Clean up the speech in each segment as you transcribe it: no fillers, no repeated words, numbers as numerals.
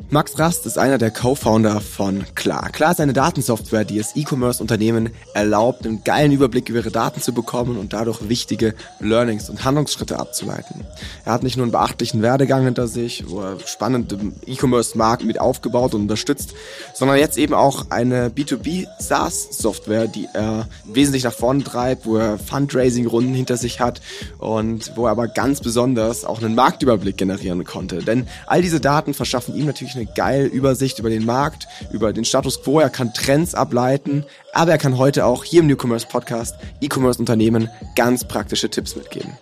Max Rast ist einer der Co-Founder von Klar. Klar ist eine Datensoftware, die es E-Commerce-Unternehmen erlaubt, einen geilen Überblick über ihre Daten zu bekommen und dadurch wichtige Learnings und Handlungsschritte abzuleiten. Er hat nicht nur einen beachtlichen Werdegang hinter sich, wo er spannende E-Commerce-Markt mit aufgebaut und unterstützt, sondern jetzt eben auch eine B2B-SaaS-Software, die er wesentlich nach vorne treibt, wo er Fundraising-Runden hinter sich hat und wo er aber ganz besonders auch einen Marktüberblick generieren konnte. Denn all diese Daten verschaffen ihm natürlich eine geile Übersicht über den Markt, über den Status Quo. Er kann Trends ableiten, aber er kann heute auch hier im Newcomers Podcast E-Commerce-Unternehmen ganz praktische Tipps mitgeben.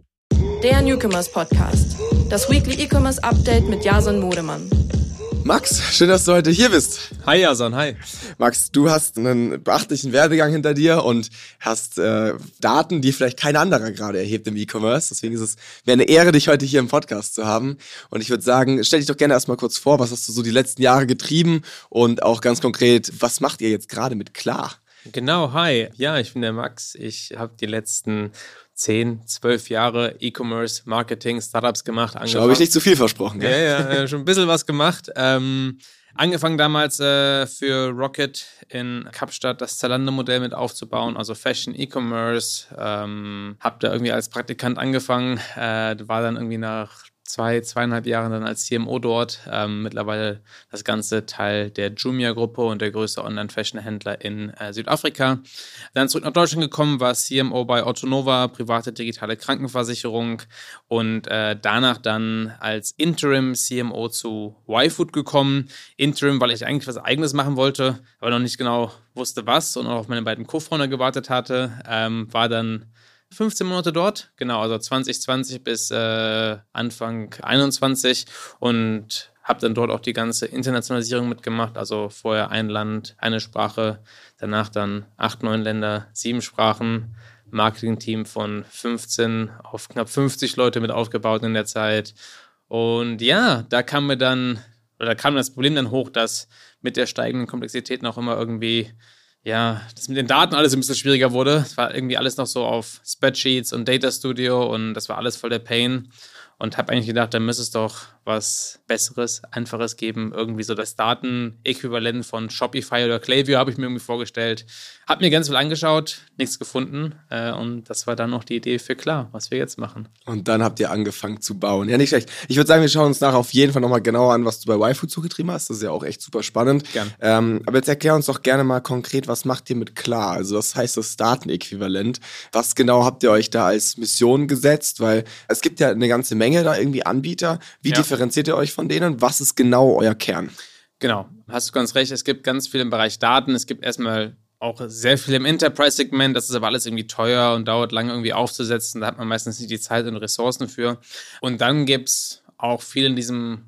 Der Newcomers Podcast, das Weekly E-Commerce Update mit Jason Modemann. Max, schön, dass du heute hier bist. Hi Jason, hi. Max, du hast einen beachtlichen Werdegang hinter dir und hast Daten, die vielleicht kein anderer gerade erhebt im E-Commerce. Deswegen wäre eine Ehre, dich heute hier im Podcast zu haben. Und ich würde sagen, stell dich doch gerne erstmal kurz vor, was hast du so die letzten Jahre getrieben und auch ganz konkret, was macht ihr jetzt gerade mit Klar? Genau, hi. Ja, ich bin der Max. Ich habe die letzten 10, 12 Jahre E-Commerce, Marketing, Startups gemacht. Habe ich nicht zu viel versprochen. Gell? Ja, schon ein bisschen was gemacht. Angefangen damals für Rocket in Kapstadt das Zalando-Modell mit aufzubauen, also Fashion, E-Commerce. Hab da irgendwie als Praktikant angefangen, war dann irgendwie nach 2,5 Jahren dann als CMO dort. Mittlerweile das ganze Teil der Jumia-Gruppe und der größte Online-Fashion-Händler in Südafrika. Dann zurück nach Deutschland gekommen, war CMO bei Ottonova, private digitale Krankenversicherung und danach dann als Interim-CMO zu YFood gekommen. Interim, weil ich eigentlich was Eigenes machen wollte, aber noch nicht genau wusste was und auch auf meine beiden Co-Founder gewartet hatte. War dann 15 Monate dort, genau, also 2020 bis Anfang 21 und habe dann dort auch die ganze Internationalisierung mitgemacht, also vorher ein Land, eine Sprache, danach dann 8, 9 Länder, 7 Sprachen, Marketing-Team von 15 auf knapp 50 Leute mit aufgebaut in der Zeit und ja, da kam das Problem dann hoch, dass mit der steigenden Komplexität noch immer irgendwie das mit den Daten alles ein bisschen schwieriger wurde. Es war irgendwie alles noch so auf Spreadsheets und Data Studio und das war alles voll der Pain. Und habe eigentlich gedacht, da müsste es doch was Besseres, Einfaches geben. Irgendwie so das Datenäquivalent von Shopify oder Klaviyo habe ich mir irgendwie vorgestellt. Habe mir ganz viel angeschaut, nichts gefunden. Und das war dann noch die Idee für Klar, was wir jetzt machen. Und dann habt ihr angefangen zu bauen. Ja, nicht schlecht. Ich würde sagen, wir schauen uns nachher auf jeden Fall nochmal genauer an, was du bei YFood zugetrieben hast. Das ist ja auch echt super spannend. Gern. Aber jetzt erklär uns doch gerne mal konkret, was macht ihr mit Klar? Also was heißt das Datenäquivalent? Was genau habt ihr euch da als Mission gesetzt? Weil es gibt ja eine ganze Menge da irgendwie Anbieter. Wie differenziert ihr euch von denen? Was ist genau euer Kern? Genau, hast du ganz recht. Es gibt ganz viel im Bereich Daten. Es gibt erstmal auch sehr viel im Enterprise-Segment. Das ist aber alles irgendwie teuer und dauert lange irgendwie aufzusetzen. Da hat man meistens nicht die Zeit und Ressourcen für. Und dann gibt es auch viel in diesem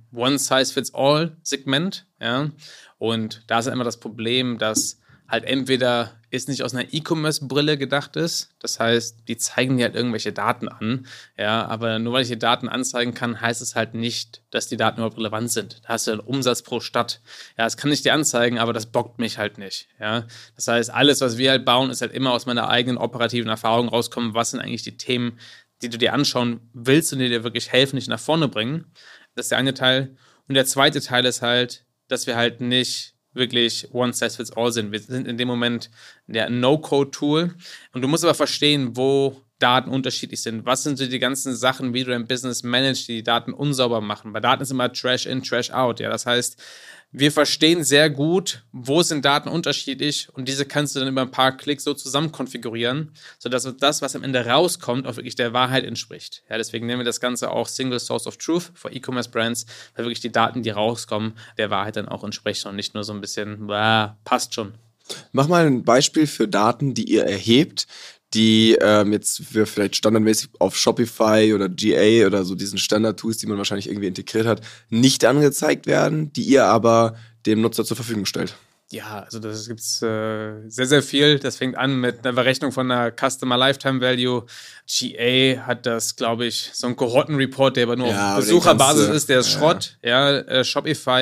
One-Size-Fits-All-Segment. Ja? Und da ist immer das Problem, dass halt entweder es nicht aus einer E-Commerce-Brille gedacht ist. Das heißt, die zeigen dir halt irgendwelche Daten an. Ja, aber nur weil ich die Daten anzeigen kann, heißt es halt nicht, dass die Daten überhaupt relevant sind. Da hast du einen Umsatz pro Stadt. Ja, das kann ich dir anzeigen, aber das bockt mich halt nicht. Ja, das heißt, alles, was wir halt bauen, ist halt immer aus meiner eigenen operativen Erfahrung rauskommen. Was sind eigentlich die Themen, die du dir anschauen willst und die dir wirklich helfen, dich nach vorne bringen? Das ist der eine Teil. Und der zweite Teil ist halt, dass wir halt nicht wirklich One-Size-Fits-All sind. Wir sind in dem Moment der No-Code-Tool. Und du musst aber verstehen, wo Daten unterschiedlich sind. Was sind so die ganzen Sachen, wie du dein Business managst, die Daten unsauber machen? Bei Daten ist immer Trash in, Trash out. Ja, das heißt, wir verstehen sehr gut, wo sind Daten unterschiedlich und diese kannst du dann über ein paar Klicks so zusammen konfigurieren, sodass das, was am Ende rauskommt, auch wirklich der Wahrheit entspricht. Ja, deswegen nennen wir das Ganze auch Single Source of Truth für E-Commerce Brands, weil wirklich die Daten, die rauskommen, der Wahrheit dann auch entsprechen und nicht nur so ein bisschen, passt schon. Mach mal ein Beispiel für Daten, die ihr erhebt, die jetzt für vielleicht standardmäßig auf Shopify oder GA oder so diesen Standard-Tools, die man wahrscheinlich irgendwie integriert hat, nicht angezeigt werden, die ihr aber dem Nutzer zur Verfügung stellt. Ja, also das gibt's sehr, sehr viel. Das fängt an mit einer Berechnung von einer Customer Lifetime Value. GA hat das, glaube ich, so ein Kohortenreport, der aber nur auf Besucherbasis ist, der ist Schrott. Ja, Shopify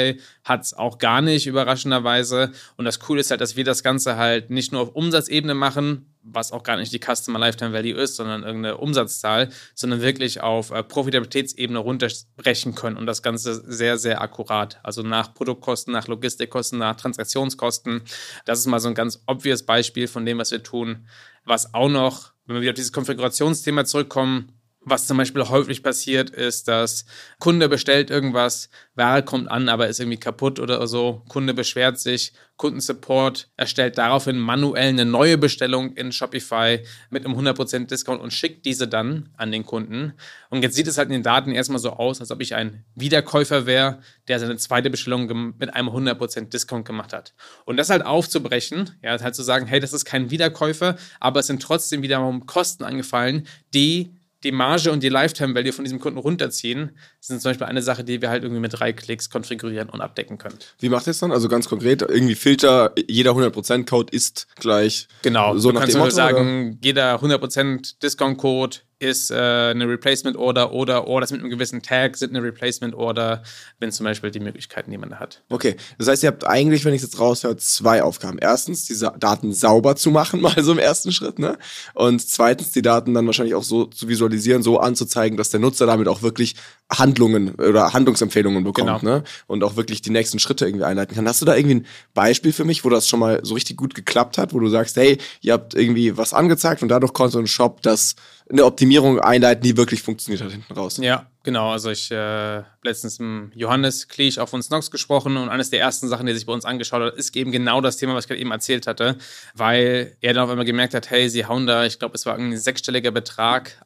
hat es auch gar nicht, überraschenderweise. Und das Coole ist halt, dass wir das Ganze halt nicht nur auf Umsatzebene machen, was auch gar nicht die Customer Lifetime Value ist, sondern irgendeine Umsatzzahl, sondern wirklich auf Profitabilitätsebene runterbrechen können und das Ganze sehr, sehr akkurat. Also nach Produktkosten, nach Logistikkosten, nach Transaktionskosten. Das ist mal so ein ganz obvious Beispiel von dem, was wir tun. Was auch noch, wenn wir wieder auf dieses Konfigurationsthema zurückkommen, was zum Beispiel häufig passiert, ist, dass Kunde bestellt irgendwas, Ware kommt an, aber ist irgendwie kaputt oder so. Kunde beschwert sich, Kundensupport erstellt daraufhin manuell eine neue Bestellung in Shopify mit einem 100% Discount und schickt diese dann an den Kunden. Und jetzt sieht es halt in den Daten erstmal so aus, als ob ich ein Wiederkäufer wäre, der seine zweite Bestellung mit einem 100% Discount gemacht hat. Und das halt aufzubrechen, ja, halt zu sagen, hey, das ist kein Wiederkäufer, aber es sind trotzdem wiederum Kosten angefallen, die Marge und die Lifetime Value von diesem Kunden runterziehen, sind zum Beispiel eine Sache, die wir halt irgendwie mit 3 Klicks konfigurieren und abdecken können. Wie macht ihr es dann? Also ganz konkret, irgendwie Filter, jeder 100% Code ist gleich. Genau, so du nach kannst dem nur Motto, sagen, jeder 100% Discount-Code ist eine Replacement-Order oder Orders mit einem gewissen Tag sind eine Replacement-Order, wenn zum Beispiel die Möglichkeiten, die man da hat. Okay, das heißt, ihr habt eigentlich, wenn ich es jetzt raushöre, 2 Aufgaben. Erstens, diese Daten sauber zu machen, mal so im ersten Schritt, ne? Und zweitens, die Daten dann wahrscheinlich auch so zu visualisieren, so anzuzeigen, dass der Nutzer damit auch wirklich Handlungen oder Handlungsempfehlungen bekommt, Genau. ne? Und auch wirklich die nächsten Schritte irgendwie einleiten kann. Hast du da irgendwie ein Beispiel für mich, wo das schon mal so richtig gut geklappt hat, wo du sagst, hey, ihr habt irgendwie was angezeigt und dadurch konnte ein Shop das eine Optimierung einleiten, die wirklich funktioniert hat hinten raus? Ja, genau. Also ich letztens mit Johannes Kliesch auf uns Nox gesprochen und eines der ersten Sachen, die er sich bei uns angeschaut hat, ist eben genau das Thema, was ich gerade eben erzählt hatte, weil er dann auf einmal gemerkt hat, hey, sie hauen da, ich glaube, es war irgendwie ein 6-stelliger Betrag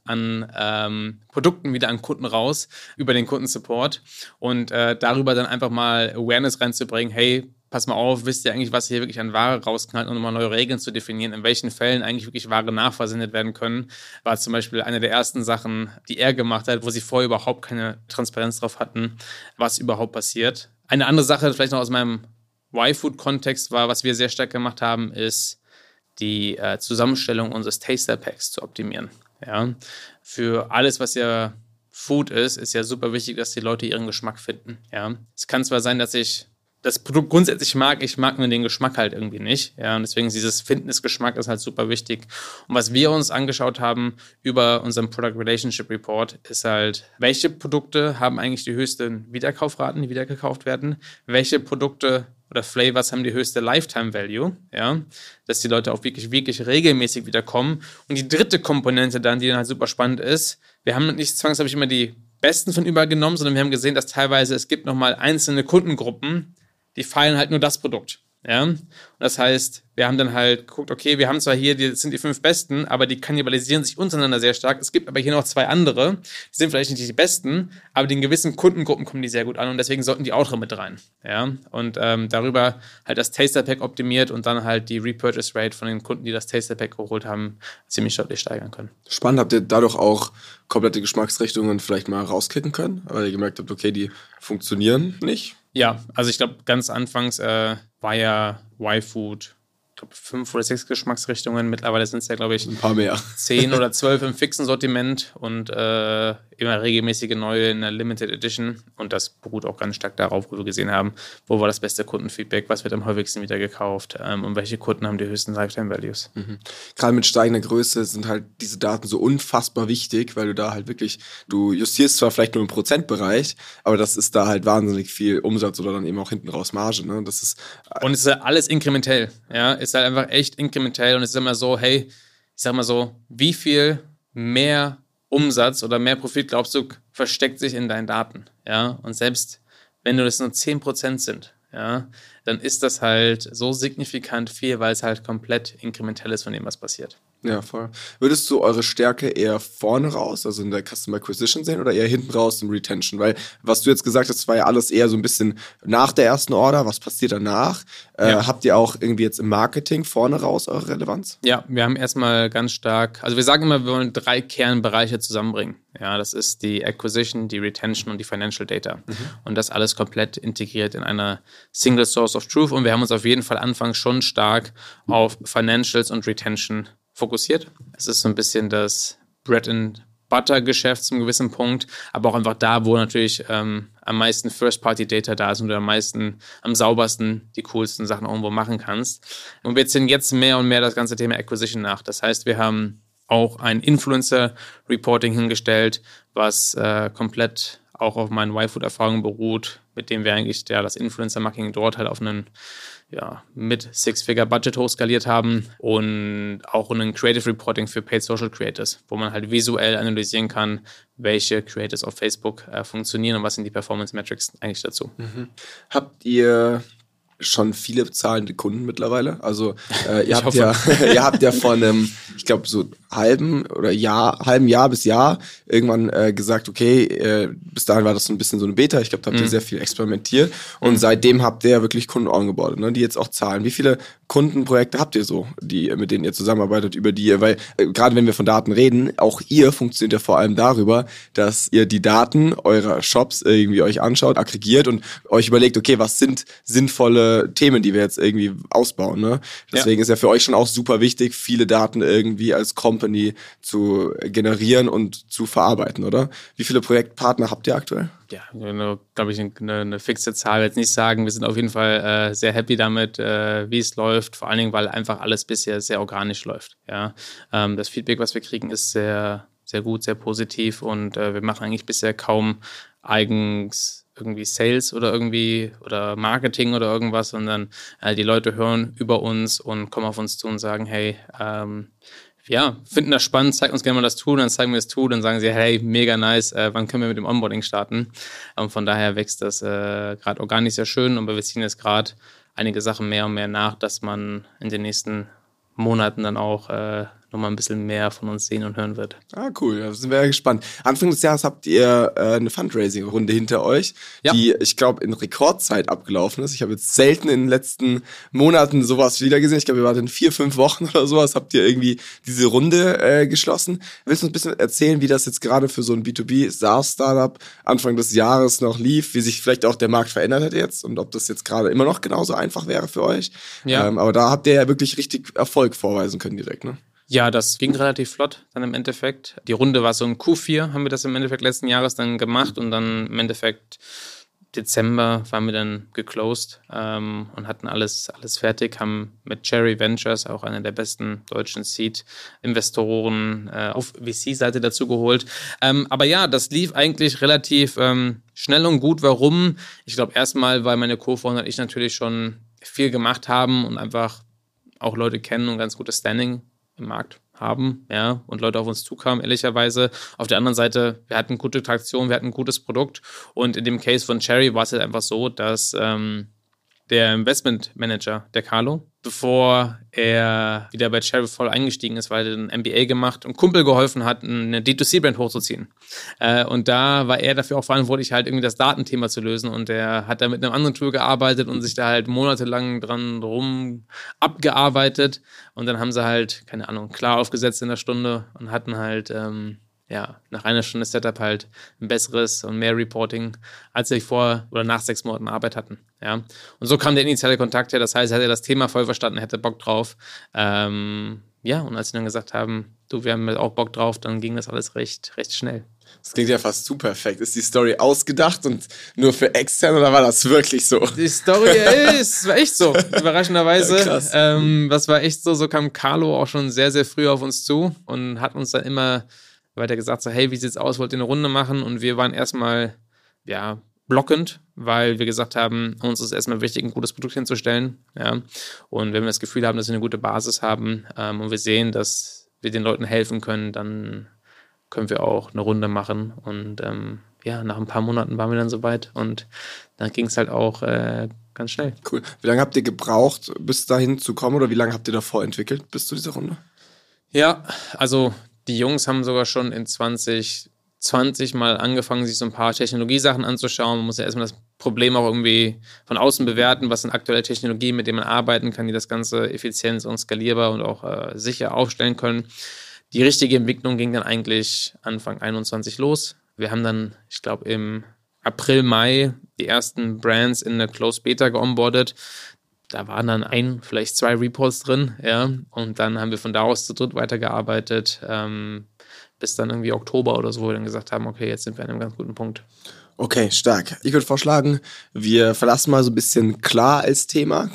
an Produkten wieder an Kunden raus über den Kundensupport und darüber dann einfach mal Awareness reinzubringen, hey, pass mal auf, wisst ihr eigentlich, was hier wirklich an Ware rausknallt und nochmal neue Regeln zu definieren, in welchen Fällen eigentlich wirklich Ware nachversendet werden können, war zum Beispiel eine der ersten Sachen, die er gemacht hat, wo sie vorher überhaupt keine Transparenz drauf hatten, was überhaupt passiert. Eine andere Sache, vielleicht noch aus meinem Y-Food-Kontext war, was wir sehr stark gemacht haben, ist die Zusammenstellung unseres Taster-Packs zu optimieren. Ja? Für alles, was ja Food ist ja super wichtig, dass die Leute ihren Geschmack finden. Ja? Es kann zwar sein, dass ich das Produkt grundsätzlich ich mag nur den Geschmack halt irgendwie nicht. Ja, und deswegen ist dieses Finden des Geschmacks ist halt super wichtig. Und was wir uns angeschaut haben über unseren Product Relationship Report, ist halt, welche Produkte haben eigentlich die höchsten Wiederkaufraten, die wiedergekauft werden? Welche Produkte oder Flavors haben die höchste Lifetime Value? Ja, dass die Leute auch wirklich, wirklich regelmäßig wiederkommen. Und die dritte Komponente dann, die dann halt super spannend ist, wir haben nicht zwangsläufig immer die besten von überall genommen, sondern wir haben gesehen, dass teilweise es gibt nochmal einzelne Kundengruppen, die feiern halt nur das Produkt. Ja? Und das heißt, wir haben dann halt geguckt, okay, wir haben zwar hier, das sind die 5 Besten, aber die kannibalisieren sich untereinander sehr stark. Es gibt aber hier noch 2 andere, die sind vielleicht nicht die besten, aber in gewissen Kundengruppen kommen die sehr gut an und deswegen sollten die auch drin mit rein. Ja? Und darüber halt das Taster Pack optimiert und dann halt die Repurchase Rate von den Kunden, die das Taster Pack geholt haben, ziemlich deutlich steigern können. Spannend, habt ihr dadurch auch komplette Geschmacksrichtungen vielleicht mal rauskicken können, weil ihr gemerkt habt, okay, die funktionieren nicht? Ja, also ich glaube, ganz anfangs war ja Y-Food, ich glaube 5 oder 6 Geschmacksrichtungen. Mittlerweile sind es ja, glaube ich, ein paar mehr. 10 oder 12 im fixen Sortiment und immer regelmäßige neue in der Limited Edition. Und das beruht auch ganz stark darauf, wo wir gesehen haben, wo war das beste Kundenfeedback, was wird am häufigsten wieder gekauft und welche Kunden haben die höchsten Lifetime Values. Mhm. Gerade mit steigender Größe sind halt diese Daten so unfassbar wichtig, weil du da halt wirklich, du justierst zwar vielleicht nur im Prozentbereich, aber das ist da halt wahnsinnig viel Umsatz oder dann eben auch hinten raus Marge. Ne? Das ist und es ist halt alles inkrementell. Ja? Ist halt einfach echt inkrementell und es ist immer so, hey, ich sag mal so, wie viel mehr Umsatz oder mehr Profit, glaubst du, versteckt sich in deinen Daten, ja, und selbst wenn das nur 10% sind, ja, dann ist das halt so signifikant viel, weil es halt komplett inkrementell ist von dem, was passiert. Ja, voll. Würdest du eure Stärke eher vorne raus, also in der Customer Acquisition sehen, oder eher hinten raus im Retention? Weil, was du jetzt gesagt hast, war ja alles eher so ein bisschen nach der ersten Order. Was passiert danach? Ja. Habt ihr auch irgendwie jetzt im Marketing vorne raus eure Relevanz? Ja, wir haben erstmal ganz stark, also wir sagen immer, wir wollen 3 Kernbereiche zusammenbringen. Ja, das ist die Acquisition, die Retention und die Financial Data. Und das alles komplett integriert in einer Single Source of Truth. Und wir haben uns auf jeden Fall anfangs schon stark auf Financials und Retention fokussiert. Es ist so ein bisschen das Bread and Butter-Geschäft zum gewissen Punkt, aber auch einfach da, wo natürlich am meisten First-Party-Data da ist und du am saubersten die coolsten Sachen irgendwo machen kannst. Und wir ziehen jetzt mehr und mehr das ganze Thema Acquisition nach. Das heißt, wir haben auch ein Influencer-Reporting hingestellt, was komplett auch auf meinen YFood-Erfahrungen beruht, mit dem wir eigentlich das Influencer-Marketing dort halt auf einen mit Six-Figure-Budget hochskaliert haben und auch ein Creative Reporting für Paid Social Creators, wo man halt visuell analysieren kann, welche Creators auf Facebook funktionieren und was sind die Performance Metrics eigentlich dazu. Habt ihr schon viele zahlende Kunden mittlerweile? Also ihr habt ja von einem, ich glaube so halben Jahr bis Jahr irgendwann gesagt, okay, bis dahin war das so ein bisschen so eine Beta. Ich glaube, da habt ihr sehr viel experimentiert und seitdem habt ihr ja wirklich Kunden onboardet, ne, die jetzt auch zahlen. Wie viele Kundenprojekte habt ihr so, mit denen ihr zusammenarbeitet, weil gerade wenn wir von Daten reden, auch ihr funktioniert ja vor allem darüber, dass ihr die Daten eurer Shops irgendwie euch anschaut, aggregiert und euch überlegt, okay, was sind sinnvolle Themen, die wir jetzt irgendwie ausbauen, ne? Deswegen ist ja für euch schon auch super wichtig, viele Daten irgendwie als Company zu generieren und zu verarbeiten, oder? Wie viele Projektpartner habt ihr aktuell? Ja, glaube ich, eine fixe Zahl jetzt nicht sagen. Wir sind auf jeden Fall sehr happy damit, wie es läuft. Vor allen Dingen, weil einfach alles bisher sehr organisch läuft. Ja, das Feedback, was wir kriegen, ist sehr, sehr gut, sehr positiv und wir machen eigentlich bisher kaum eigens irgendwie Sales oder Marketing oder irgendwas, sondern die Leute hören über uns und kommen auf uns zu und sagen, hey, finden das spannend, zeigt uns gerne mal das Tool, dann zeigen wir das Tool, dann sagen sie, hey, mega nice, wann können wir mit dem Onboarding starten? Von daher wächst das gerade organisch sehr schön, aber wir ziehen jetzt gerade einige Sachen mehr und mehr nach, dass man in den nächsten Monaten dann auch nochmal ein bisschen mehr von uns sehen und hören wird. Ah, cool, da sind wir ja gespannt. Anfang des Jahres habt ihr eine Fundraising-Runde hinter euch, die, ich glaube, in Rekordzeit abgelaufen ist. Ich habe jetzt selten in den letzten Monaten sowas wieder gesehen. Ich glaube, ihr wart in 4-5 Wochen oder sowas, habt ihr irgendwie diese Runde geschlossen. Willst du uns ein bisschen erzählen, wie das jetzt gerade für so ein B2B-SaaS-Startup Anfang des Jahres noch lief, wie sich vielleicht auch der Markt verändert hat jetzt und ob das jetzt gerade immer noch genauso einfach wäre für euch? Ja. Aber da habt ihr ja wirklich richtig Erfolg vorweisen können direkt, ne? Ja, das ging relativ flott dann im Endeffekt. Die Runde war so im Q4, haben wir das im Endeffekt letzten Jahres dann gemacht und dann im Endeffekt Dezember waren wir dann geclosed und hatten alles fertig, haben mit Cherry Ventures, auch einer der besten deutschen Seed-Investoren, auf VC-Seite dazu geholt. Aber ja, das lief eigentlich relativ schnell und gut. Warum? Ich glaube erstmal, weil meine Co-Founder und ich natürlich schon viel gemacht haben und einfach auch Leute kennen und ganz gutes Standing im Markt haben, ja, und Leute auf uns zukamen, ehrlicherweise. Auf der anderen Seite, wir hatten gute Traktion, wir hatten ein gutes Produkt und in dem Case von Cherry war es halt einfach so, dass der Investmentmanager, der Carlo, bevor er wieder bei Cherry voll eingestiegen ist, weil er ein MBA gemacht und Kumpel geholfen hat, eine D2C-Brand hochzuziehen. Und da war er dafür auch verantwortlich, halt irgendwie das Datenthema zu lösen und er hat da mit einem anderen Tool gearbeitet und sich da halt monatelang drum abgearbeitet und dann haben sie halt, keine Ahnung, klar aufgesetzt in der Stunde und hatten halt nach einer Stunde Setup halt ein besseres und mehr Reporting, als sie vor oder nach 6 Monaten Arbeit hatten. Ja. Und so kam der initiale Kontakt her. Das heißt, er hätte das Thema voll verstanden, hätte Bock drauf. Und als sie dann gesagt haben, du, wir haben auch Bock drauf, dann ging das alles recht schnell. Das klingt ja fast zu perfekt. Ist die Story ausgedacht und nur für extern oder war das wirklich so? Die Story es war echt so, überraschenderweise. Ja, krass. Das war echt so. So kam Carlo auch schon sehr, sehr früh auf uns zu und hat uns dann immer weiter gesagt, so, hey, wie sieht's aus, wollt ihr eine Runde machen? Und wir waren erstmal, blockend, weil wir gesagt haben, uns ist erstmal wichtig, ein gutes Produkt hinzustellen, ja. Und wenn wir das Gefühl haben, dass wir eine gute Basis haben und wir sehen, dass wir den Leuten helfen können, dann können wir auch eine Runde machen. Und nach ein paar Monaten waren wir dann soweit und dann ging es halt auch ganz schnell. Cool. Wie lange habt ihr gebraucht, bis dahin zu kommen oder wie lange habt ihr davor entwickelt bis zu dieser Runde? Ja, also die Jungs haben sogar schon in 2020 mal angefangen, sich so ein paar Technologiesachen anzuschauen. Man muss ja erstmal das Problem auch irgendwie von außen bewerten, was sind aktuelle Technologien, mit denen man arbeiten kann, die das Ganze effizient und skalierbar und auch sicher aufstellen können. Die richtige Entwicklung ging dann eigentlich Anfang 2021 los. Wir haben dann, ich glaube, im April, Mai die ersten Brands in eine Closed Beta geonboardet. Da waren dann vielleicht 2 Reports drin, ja. Und dann haben wir von da aus zu dritt weitergearbeitet. bis dann irgendwie Oktober oder so, wo wir dann gesagt haben, okay, jetzt sind wir an einem ganz guten Punkt. Okay, stark. Ich würde vorschlagen, wir verlassen mal so ein bisschen klar als Thema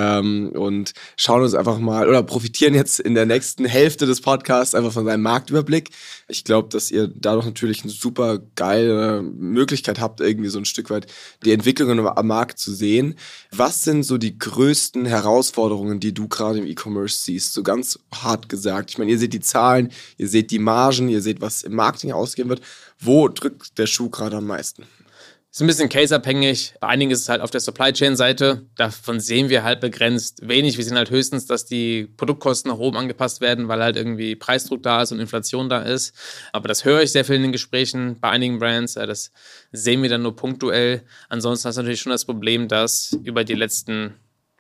und schauen uns einfach mal oder profitieren jetzt in der nächsten Hälfte des Podcasts einfach von seinem Marktüberblick. Ich glaube, dass ihr dadurch natürlich eine super geile Möglichkeit habt, irgendwie so ein Stück weit die Entwicklungen am Markt zu sehen. Was sind so die größten Herausforderungen, die du gerade im E-Commerce siehst? So ganz hart gesagt. Ich meine, ihr seht die Zahlen, ihr seht die Margen, ihr seht, was im Marketing ausgegeben wird. Wo drückt der Schuh gerade am meisten? Ist ein bisschen caseabhängig. Bei einigen ist es halt auf der Supply Chain Seite. Davon sehen wir halt begrenzt wenig. Wir sehen halt höchstens, dass die Produktkosten nach oben angepasst werden, weil halt irgendwie Preisdruck da ist und Inflation da ist. Aber das höre ich sehr viel in den Gesprächen bei einigen Brands. Das sehen wir dann nur punktuell. Ansonsten hast du natürlich schon das Problem, dass über die letzten,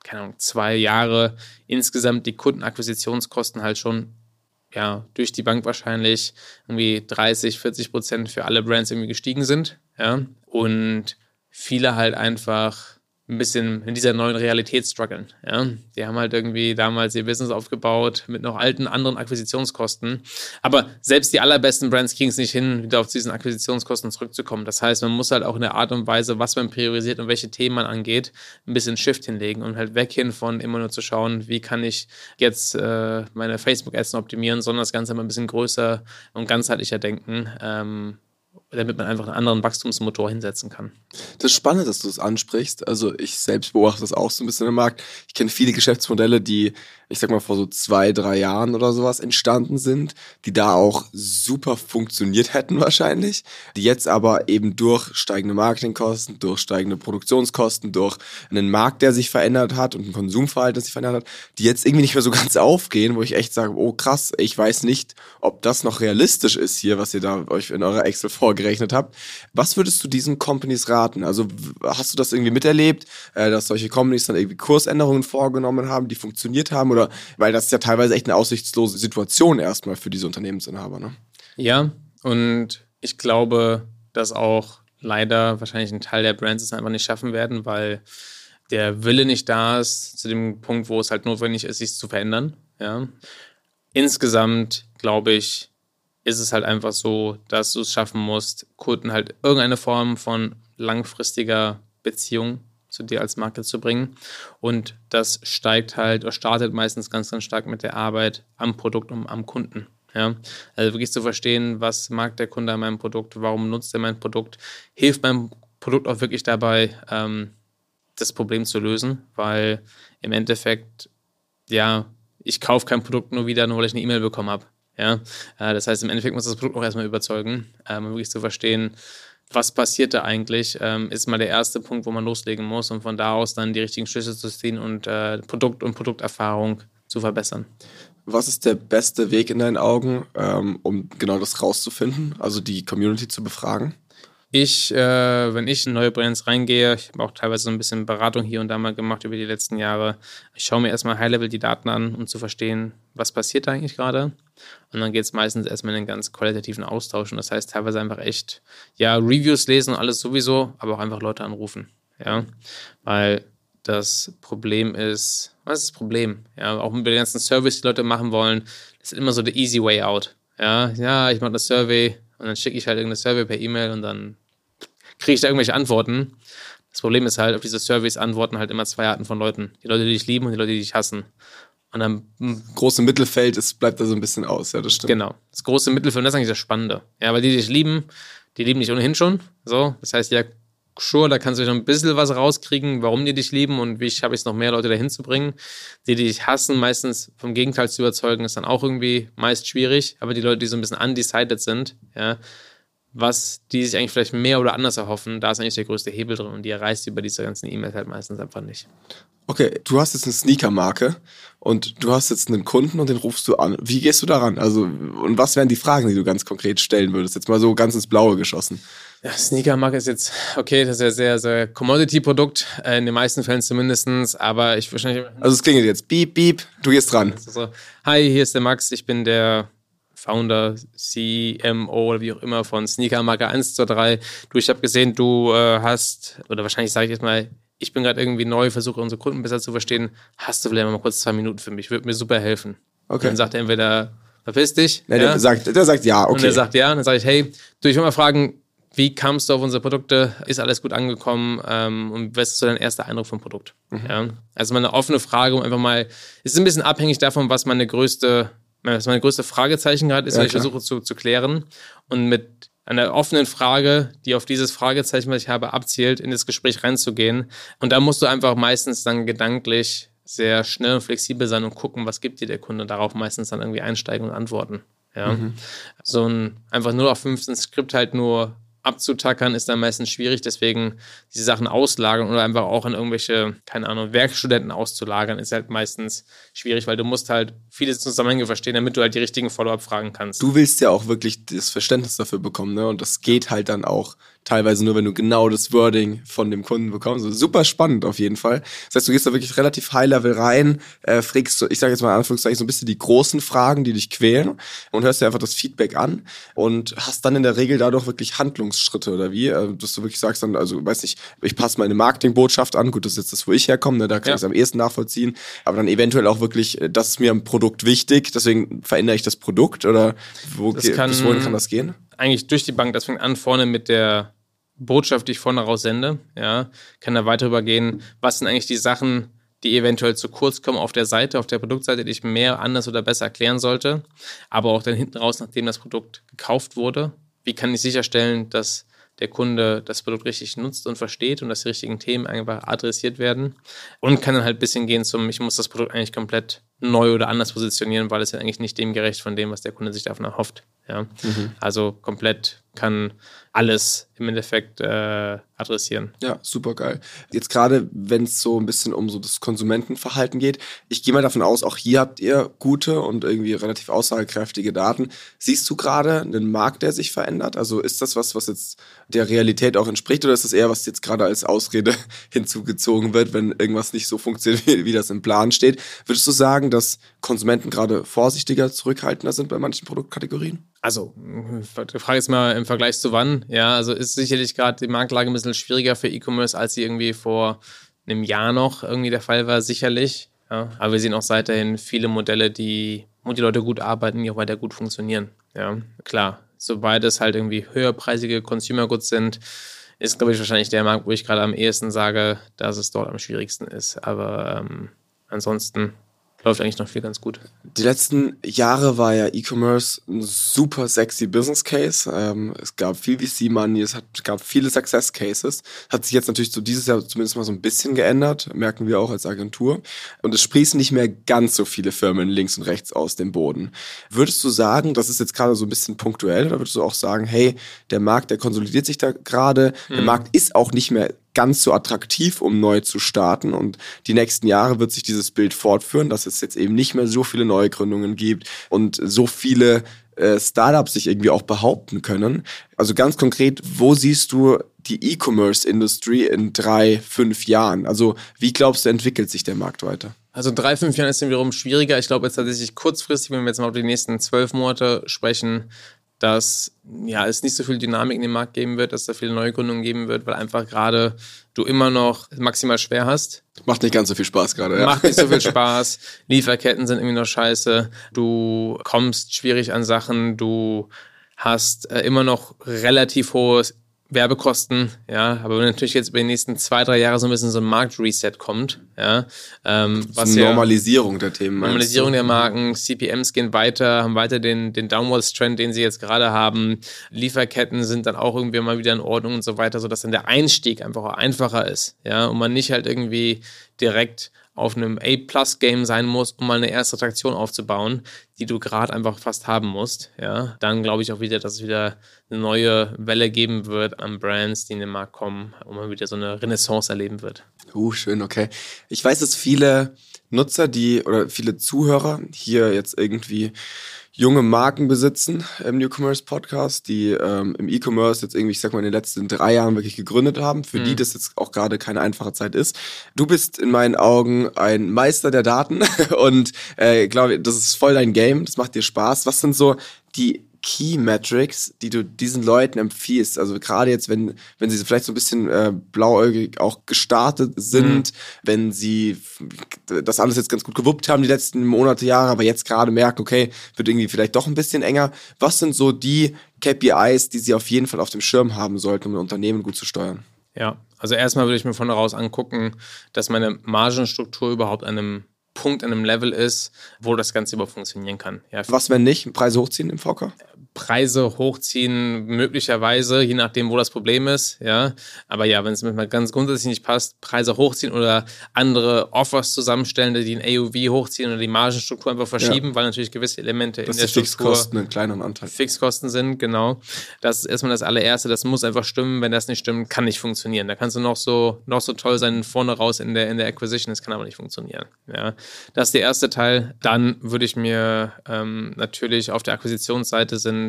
2 Jahre insgesamt die Kundenakquisitionskosten halt schon durch die Bank wahrscheinlich irgendwie 30-40% für alle Brands irgendwie gestiegen sind. Ja? Und viele halt einfach ein bisschen in dieser neuen Realität strugglen. Ja? Die haben halt irgendwie damals ihr Business aufgebaut mit noch alten, anderen Akquisitionskosten. Aber selbst die allerbesten Brands kriegen es nicht hin, wieder auf diesen Akquisitionskosten zurückzukommen. Das heißt, man muss halt auch in der Art und Weise, was man priorisiert und welche Themen man angeht, ein bisschen Shift hinlegen und halt weg hin von immer nur zu schauen, wie kann ich jetzt meine Facebook-Ads optimieren, sondern das Ganze mal ein bisschen größer und ganzheitlicher denken, damit man einfach einen anderen Wachstumsmotor hinsetzen kann. Das ist spannend, dass du das ansprichst. Also ich selbst beobachte das auch so ein bisschen im Markt. Ich kenne viele Geschäftsmodelle, die, ich sag mal, vor so 2-3 Jahren oder sowas entstanden sind, die da auch super funktioniert hätten wahrscheinlich, die jetzt aber eben durch steigende Marketingkosten, durch steigende Produktionskosten, durch einen Markt, der sich verändert hat und ein Konsumverhalten, das sich verändert hat, die jetzt irgendwie nicht mehr so ganz aufgehen, wo ich echt sage, oh krass, ich weiß nicht, ob das noch realistisch ist hier, was ihr da euch in eurer Excel vorgerechnet habt. Was würdest du diesen Companies raten? Also hast du das irgendwie miterlebt, dass solche Companies dann irgendwie Kursänderungen vorgenommen haben, die funktioniert haben? Oder weil das ist ja teilweise echt eine aussichtslose Situation erstmal für diese Unternehmensinhaber, ne? Ja, und ich glaube, dass auch leider wahrscheinlich ein Teil der Brands es einfach nicht schaffen werden, weil der Wille nicht da ist, zu dem Punkt, wo es halt notwendig ist, sich zu verändern. Ja. Insgesamt, glaube ich, ist es halt einfach so, dass du es schaffen musst, Kunden halt irgendeine Form von langfristiger Beziehung zu dir als Marke zu bringen. Und das startet meistens ganz, ganz stark mit der Arbeit am Produkt und am Kunden. Ja? Also wirklich zu verstehen, was mag der Kunde an meinem Produkt, warum nutzt er mein Produkt, hilft meinem Produkt auch wirklich dabei, das Problem zu lösen, weil im Endeffekt, ich kaufe kein Produkt nur wieder, nur weil ich eine E-Mail bekommen habe. Ja? Das heißt, im Endeffekt muss das Produkt auch erstmal überzeugen, wirklich zu verstehen, was passiert da eigentlich, ist mal der erste Punkt, wo man loslegen muss und von da aus dann die richtigen Schlüsse zu ziehen und Produkt und Produkterfahrung zu verbessern. Was ist der beste Weg in deinen Augen, um genau das rauszufinden, also die Community zu befragen? Wenn ich in neue Brands reingehe, ich habe auch teilweise so ein bisschen Beratung hier und da mal gemacht über die letzten Jahre. Ich schaue mir erstmal High-Level die Daten an, um zu verstehen, was passiert da eigentlich gerade. Und dann geht es meistens erstmal in einen ganz qualitativen Austausch. Und das heißt teilweise einfach echt, Reviews lesen und alles sowieso, aber auch einfach Leute anrufen. Ja, weil das Problem ist, was ist das Problem? Ja, auch mit den ganzen Surveys, die Leute machen wollen, das ist immer so the easy way out. Ja, ich mache das Survey und dann schicke ich halt irgendeine Survey per E-Mail und dann kriege ich da irgendwelche Antworten. Das Problem ist halt, auf diese Surveys antworten halt immer 2 Arten von Leuten. Die Leute, die dich lieben und die Leute, die dich hassen. Und dann große Mittelfeld, es bleibt da so ein bisschen aus, ja, das stimmt. Genau, das große Mittelfeld, das ist eigentlich das Spannende. Ja, weil die dich lieben, die lieben dich ohnehin schon. So, das heißt, sure, da kannst du noch ein bisschen was rauskriegen, warum die dich lieben und wie schaffe ich es noch mehr Leute dahin zu bringen. Die dich hassen, meistens vom Gegenteil zu überzeugen, ist dann auch irgendwie meist schwierig. Aber die Leute, die so ein bisschen undecided sind, was die sich eigentlich vielleicht mehr oder anders erhoffen, da ist eigentlich der größte Hebel drin und die erreichst du über diese ganzen E-Mails halt meistens einfach nicht. Okay, du hast jetzt eine Sneaker-Marke und du hast jetzt einen Kunden und den rufst du an. Wie gehst du daran? Also, und was wären die Fragen, die du ganz konkret stellen würdest? Jetzt mal so ganz ins Blaue geschossen. Ja, Sneaker-Marke ist jetzt, okay, das ist ja sehr, sehr Commodity-Produkt, in den meisten Fällen zumindest, aber ich wahrscheinlich... Also es klingelt jetzt, beep, beep, du gehst dran. Also, hi, hier ist der Max, ich bin der Founder, CMO oder wie auch immer von Sneaker-Marke 123. Du, ich habe gesehen, du hast, oder wahrscheinlich sage ich jetzt mal, ich bin gerade irgendwie neu, versuche unsere Kunden besser zu verstehen. Hast du vielleicht mal kurz 2 Minuten für mich? Würde mir super helfen. Okay. Dann sagt er entweder, verpiss dich. Ja, der sagt ja, okay. Und der sagt ja, und dann sage ich, hey, du, ich will mal fragen, wie kamst du auf unsere Produkte? Ist alles gut angekommen? Und was ist so dein erster Eindruck vom Produkt? Ja? Also mal eine offene Frage, um einfach mal, es ist ein bisschen abhängig davon, was meine größte Fragezeichen gerade ist, was ich versuche zu klären. Und mit einer offenen Frage, die auf dieses Fragezeichen, was ich habe, abzielt, in das Gespräch reinzugehen. Und da musst du einfach meistens dann gedanklich sehr schnell und flexibel sein und gucken, was gibt dir der Kunde, darauf meistens dann irgendwie einsteigen und antworten. Ja? So ein einfach 0815 Skript halt nur abzutackern, ist dann meistens schwierig, deswegen diese Sachen auslagern oder einfach auch an irgendwelche, keine Ahnung, Werkstudenten auszulagern, ist halt meistens schwierig, weil du musst halt viele Zusammenhänge verstehen, damit du halt die richtigen Follow-up-Fragen kannst. Du willst ja auch wirklich das Verständnis dafür bekommen, ne? Und das geht halt dann auch teilweise nur, wenn du genau das Wording von dem Kunden bekommst. Also super spannend auf jeden Fall. Das heißt, du gehst da wirklich relativ High-Level rein, fragst, ich sage jetzt mal in Anführungszeichen, so ein bisschen die großen Fragen, die dich quälen und hörst dir einfach das Feedback an und hast dann in der Regel dadurch wirklich Handlungsschritte oder wie, dass du wirklich sagst dann, also weiß nicht, ich passe meine Marketingbotschaft an, gut, das ist jetzt das, wo ich herkomme, ne? Da kann ich es am ehesten nachvollziehen, aber dann eventuell auch wirklich, das ist mir am Produkt wichtig, deswegen verändere ich das Produkt oder bis wohin kann das gehen? Eigentlich durch die Bank, das fängt an vorne mit der Botschaft, die ich vorne raus sende, ja, kann da weiter übergehen, was sind eigentlich die Sachen, die eventuell zu kurz kommen auf der Seite, auf der Produktseite, die ich mehr anders oder besser erklären sollte, aber auch dann hinten raus, nachdem das Produkt gekauft wurde, wie kann ich sicherstellen, dass der Kunde das Produkt richtig nutzt und versteht und dass die richtigen Themen einfach adressiert werden und kann dann halt ein bisschen gehen ich muss das Produkt eigentlich komplett neu oder anders positionieren, weil es ja eigentlich nicht dem gerecht von dem, was der Kunde sich davon erhofft. Ja? Also komplett kann alles im Endeffekt adressieren. Ja, super geil. Jetzt gerade, wenn es so ein bisschen um so das Konsumentenverhalten geht, ich gehe mal davon aus, auch hier habt ihr gute und irgendwie relativ aussagekräftige Daten. Siehst du gerade einen Markt, der sich verändert? Also ist das was jetzt der Realität auch entspricht oder ist das eher, was jetzt gerade als Ausrede hinzugezogen wird, wenn irgendwas nicht so funktioniert, wie das im Plan steht? Würdest du sagen, dass Konsumenten gerade vorsichtiger, zurückhaltender sind bei manchen Produktkategorien? Also, die Frage ist mal im Vergleich zu wann. Ja, also ist sicherlich gerade die Marktlage ein bisschen schwieriger für E-Commerce, als sie irgendwie vor einem Jahr noch irgendwie der Fall war, sicherlich. Ja, aber wir sehen auch weiterhin viele Modelle, wo die Leute gut arbeiten, die auch weiter gut funktionieren. Ja, klar. Sobald es halt irgendwie höherpreisige Consumer Goods sind, ist, glaube ich, wahrscheinlich der Markt, wo ich gerade am ehesten sage, dass es dort am schwierigsten ist. Aber ansonsten läuft eigentlich noch viel ganz gut. Die letzten Jahre war ja E-Commerce ein super sexy Business Case. Es gab viel VC-Money, gab viele Success Cases. Hat sich jetzt natürlich so dieses Jahr zumindest mal so ein bisschen geändert, merken wir auch als Agentur. Und es sprießen nicht mehr ganz so viele Firmen links und rechts aus dem Boden. Würdest du sagen, das ist jetzt gerade so ein bisschen punktuell, oder würdest du auch sagen, hey, der Markt, der konsolidiert sich da gerade, der Markt ist auch nicht mehr ganz so attraktiv, um neu zu starten und die nächsten Jahre wird sich dieses Bild fortführen, dass es jetzt eben nicht mehr so viele Neugründungen gibt und so viele Startups sich irgendwie auch behaupten können. Also ganz konkret, wo siehst du die E-Commerce-Industrie in 3-5 Jahren? Also wie glaubst du, entwickelt sich der Markt weiter? Also 3-5 Jahren ist dann wiederum schwieriger. Ich glaube jetzt tatsächlich kurzfristig, wenn wir jetzt mal auf die nächsten 12 Monate sprechen, dass es nicht so viel Dynamik in den Markt geben wird, dass da viele Neugründungen geben wird, weil einfach gerade du immer noch maximal schwer hast. Macht nicht ganz so viel Spaß gerade, ja. Macht nicht so viel Spaß. Lieferketten sind irgendwie noch scheiße. Du kommst schwierig an Sachen. Du hast immer noch relativ hohe Werbekosten, ja, aber wenn natürlich jetzt über die nächsten 2-3 Jahre so ein bisschen so ein Marktreset kommt, ja, was Normalisierung der Themen. Normalisierung der Marken, CPMs gehen weiter, haben weiter den Downwards-Trend, den sie jetzt gerade haben. Lieferketten sind dann auch irgendwie mal wieder in Ordnung und so weiter, sodass dann der Einstieg einfach auch einfacher ist, ja, und man nicht halt irgendwie direkt auf einem A-Plus-Game sein muss, um mal eine erste Attraktion aufzubauen, die du gerade einfach fast haben musst, ja, dann glaube ich auch wieder, dass es wieder eine neue Welle geben wird an Brands, die in den Markt kommen, und man wieder so eine Renaissance erleben wird. Schön, okay. Ich weiß, dass viele Nutzer, oder viele Zuhörer hier jetzt irgendwie junge Marken besitzen im Newcomers Podcast, die im E-Commerce jetzt irgendwie, ich sag mal, in den letzten 3 Jahren wirklich gegründet haben, für die das jetzt auch gerade keine einfache Zeit ist. Du bist in meinen Augen ein Meister der Daten und glaube, das ist voll dein Game, das macht dir Spaß. Was sind so die Key Metrics, die du diesen Leuten empfiehlst? Also gerade jetzt, wenn sie vielleicht so ein bisschen blauäugig auch gestartet sind, wenn sie das alles jetzt ganz gut gewuppt haben die letzten Monate, Jahre, aber jetzt gerade merken, okay, wird irgendwie vielleicht doch ein bisschen enger. Was sind so die KPIs, die sie auf jeden Fall auf dem Schirm haben sollten, um ein Unternehmen gut zu steuern? Ja, also erstmal würde ich mir von daraus angucken, dass meine Margenstruktur überhaupt an einem Punkt, an einem Level ist, wo das Ganze überhaupt funktionieren kann. Ja, was, wenn nicht? Preise hochziehen im VK? Preise hochziehen, möglicherweise, je nachdem, wo das Problem ist, ja. Aber ja, wenn es mir mal ganz grundsätzlich nicht passt, Preise hochziehen oder andere Offers zusammenstellen, die den AOV hochziehen oder die Margenstruktur einfach verschieben, weil natürlich gewisse Elemente in der Struktur Fixkosten einen kleineren Anteil. Fixkosten sind, genau. Das ist erstmal das allererste, das muss einfach stimmen. Wenn das nicht stimmt, kann nicht funktionieren. Da kannst du noch so toll sein, vorne raus in der Acquisition, das kann aber nicht funktionieren, ja. Das ist der erste Teil. Dann würde ich mir natürlich auf der Akquisitionsseite sind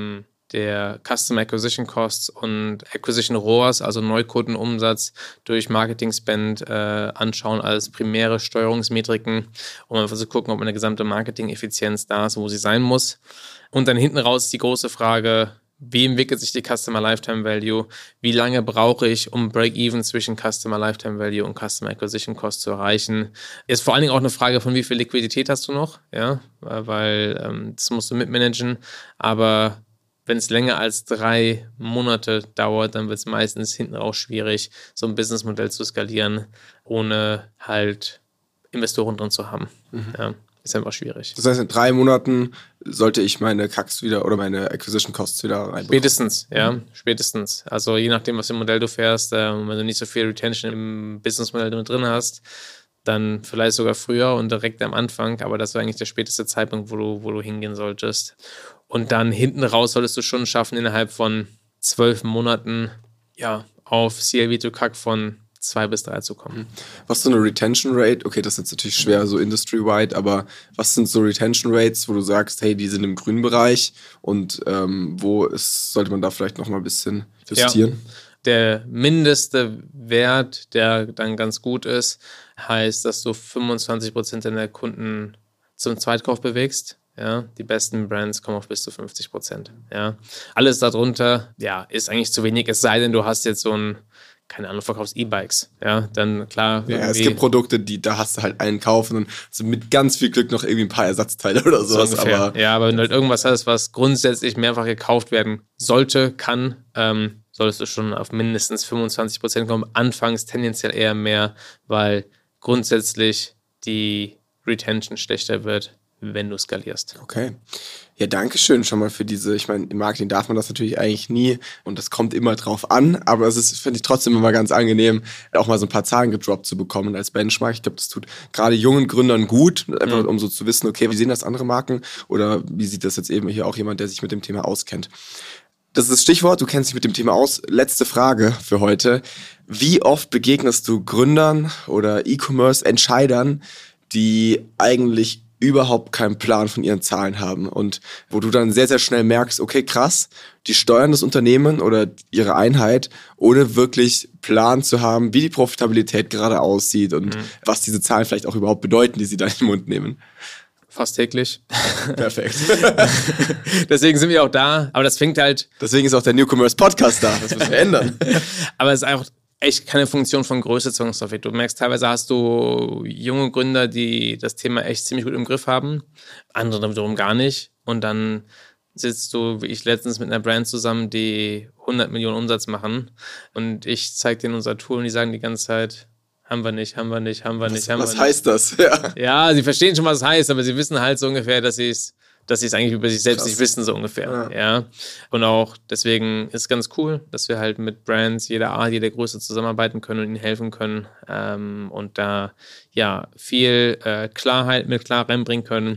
der Customer Acquisition Costs und Acquisition ROAS, also Neukundenumsatz durch Marketing Spend anschauen als primäre Steuerungsmetriken, um einfach zu gucken, ob eine gesamte Marketing-Effizienz da ist, wo sie sein muss. Und dann hinten raus die große Frage, wie entwickelt sich die Customer Lifetime Value? Wie lange brauche ich, um Break-Even zwischen Customer Lifetime Value und Customer Acquisition Cost zu erreichen? Ist vor allen Dingen auch eine Frage von, wie viel Liquidität hast du noch? Ja, weil das musst du mitmanagen. Aber wenn es länger als 3 Monate dauert, dann wird es meistens hinten raus schwierig, so ein Businessmodell zu skalieren, ohne halt Investoren drin zu haben. Ja. Ist einfach schwierig. Das heißt, in 3 Monaten sollte ich meine CACs wieder oder meine Acquisition Costs wieder reinbekommen? Spätestens, ja, spätestens. Also je nachdem, was für ein Modell du fährst, wenn du nicht so viel Retention im Businessmodell drin hast, dann vielleicht sogar früher und direkt am Anfang, aber das wäre eigentlich der späteste Zeitpunkt, wo du hingehen solltest. Und dann hinten raus solltest du schon schaffen, innerhalb von 12 Monaten ja, auf CLV to CAC von 2 bis 3 zu kommen. Was ist so eine Retention Rate? Okay, das ist jetzt natürlich schwer, so industry-wide, aber was sind so Retention Rates, wo du sagst, hey, die sind im grünen Bereich und sollte man da vielleicht noch mal ein bisschen justieren? Ja. Der mindeste Wert, der dann ganz gut ist, heißt, dass du 25% deiner Kunden zum Zweitkauf bewegst. Ja, die besten Brands kommen auf bis zu 50%. Ja. Alles darunter, ja, ist eigentlich zu wenig, es sei denn, du hast jetzt so ein, keine Ahnung, verkaufst E-Bikes, ja, dann klar. Ja, es gibt Produkte, da hast du halt einen kaufen und so mit ganz viel Glück noch irgendwie ein paar Ersatzteile oder sowas. So aber wenn du halt irgendwas hast, was grundsätzlich mehrfach gekauft werden sollte, kann, solltest du schon auf mindestens 25% kommen. Anfangs tendenziell eher mehr, weil grundsätzlich die Retention schlechter wird, wenn du skalierst. Okay. Ja, danke schön schon mal für diese, ich meine, im Marketing darf man das natürlich eigentlich nie und das kommt immer drauf an, aber es ist, finde ich, trotzdem immer ganz angenehm, auch mal so ein paar Zahlen gedroppt zu bekommen als Benchmark. Ich glaube, das tut gerade jungen Gründern gut, einfach um so zu wissen, okay, wie sehen das andere Marken oder wie sieht das jetzt eben hier auch jemand, der sich mit dem Thema auskennt. Das ist das Stichwort, du kennst dich mit dem Thema aus. Letzte Frage für heute. Wie oft begegnest du Gründern oder E-Commerce-Entscheidern, die eigentlich überhaupt keinen Plan von ihren Zahlen haben und wo du dann sehr, sehr schnell merkst, okay, krass, die steuern das Unternehmen oder ihre Einheit, ohne wirklich Plan zu haben, wie die Profitabilität gerade aussieht und was diese Zahlen vielleicht auch überhaupt bedeuten, die sie da in den Mund nehmen. Fast täglich. Perfekt. Deswegen sind wir auch da, aber das fängt halt... Deswegen ist auch der Newcomers Podcast da, das müssen wir ändern. Aber es ist auch echt keine Funktion von Größe zwangsläufig. Du merkst, teilweise hast du junge Gründer, die das Thema echt ziemlich gut im Griff haben, andere wiederum gar nicht. Und dann sitzt du, wie ich letztens, mit einer Brand zusammen, die 100 Millionen Umsatz machen und ich zeige denen unser Tool und die sagen die ganze Zeit, haben wir nicht. Was heißt das? Ja, sie verstehen schon, was es heißt, aber sie wissen halt so ungefähr, dass sie es eigentlich über sich selbst nicht wissen, so ungefähr. Ja. Und auch deswegen ist es ganz cool, dass wir halt mit Brands jeder Art, jeder Größe zusammenarbeiten können und ihnen helfen können und da ja viel Klarheit mit klar reinbringen können.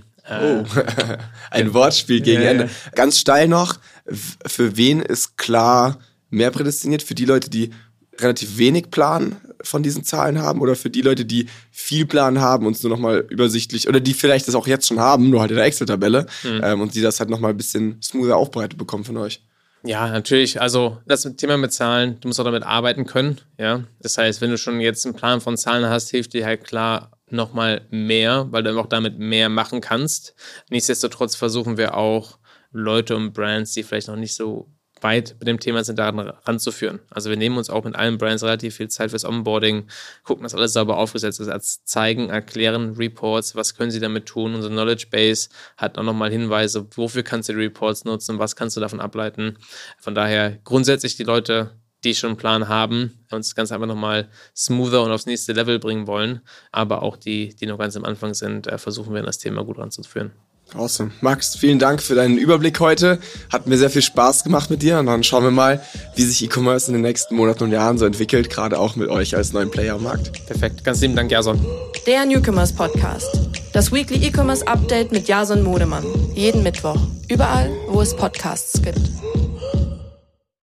Ein Wortspiel gegen Ende. Ganz steil noch, für wen ist klar mehr prädestiniert? Für die Leute, die relativ wenig Plan von diesen Zahlen haben oder für die Leute, die viel Plan haben und es nur nochmal übersichtlich oder die vielleicht das auch jetzt schon haben, nur halt in der Excel-Tabelle und die das halt nochmal ein bisschen smoother aufbereitet bekommen von euch? Ja, natürlich. Also das Thema mit Zahlen, du musst auch damit arbeiten können. Ja, das heißt, wenn du schon jetzt einen Plan von Zahlen hast, hilft dir halt klar nochmal mehr, weil du auch damit mehr machen kannst. Nichtsdestotrotz versuchen wir auch Leute und Brands, die vielleicht noch nicht so weit mit dem Thema sind, daran ranzuführen. Also wir nehmen uns auch mit allen Brands relativ viel Zeit fürs Onboarding, gucken, dass alles sauber aufgesetzt ist, als zeigen, erklären Reports, was können sie damit tun. Unsere Knowledge Base hat auch nochmal Hinweise, wofür kannst du die Reports nutzen, was kannst du davon ableiten. Von daher grundsätzlich die Leute, die schon einen Plan haben, uns das Ganze einfach nochmal smoother und aufs nächste Level bringen wollen, aber auch die noch ganz am Anfang sind, versuchen wir an das Thema gut ranzuführen. Awesome. Max, vielen Dank für deinen Überblick heute. Hat mir sehr viel Spaß gemacht mit dir und dann schauen wir mal, wie sich E-Commerce in den nächsten Monaten und Jahren so entwickelt, gerade auch mit euch als neuen Player am Markt. Perfekt. Ganz lieben Dank, Jason. Der Newcomers Podcast. Das Weekly E-Commerce Update mit Jason Modemann. Jeden Mittwoch. Überall, wo es Podcasts gibt.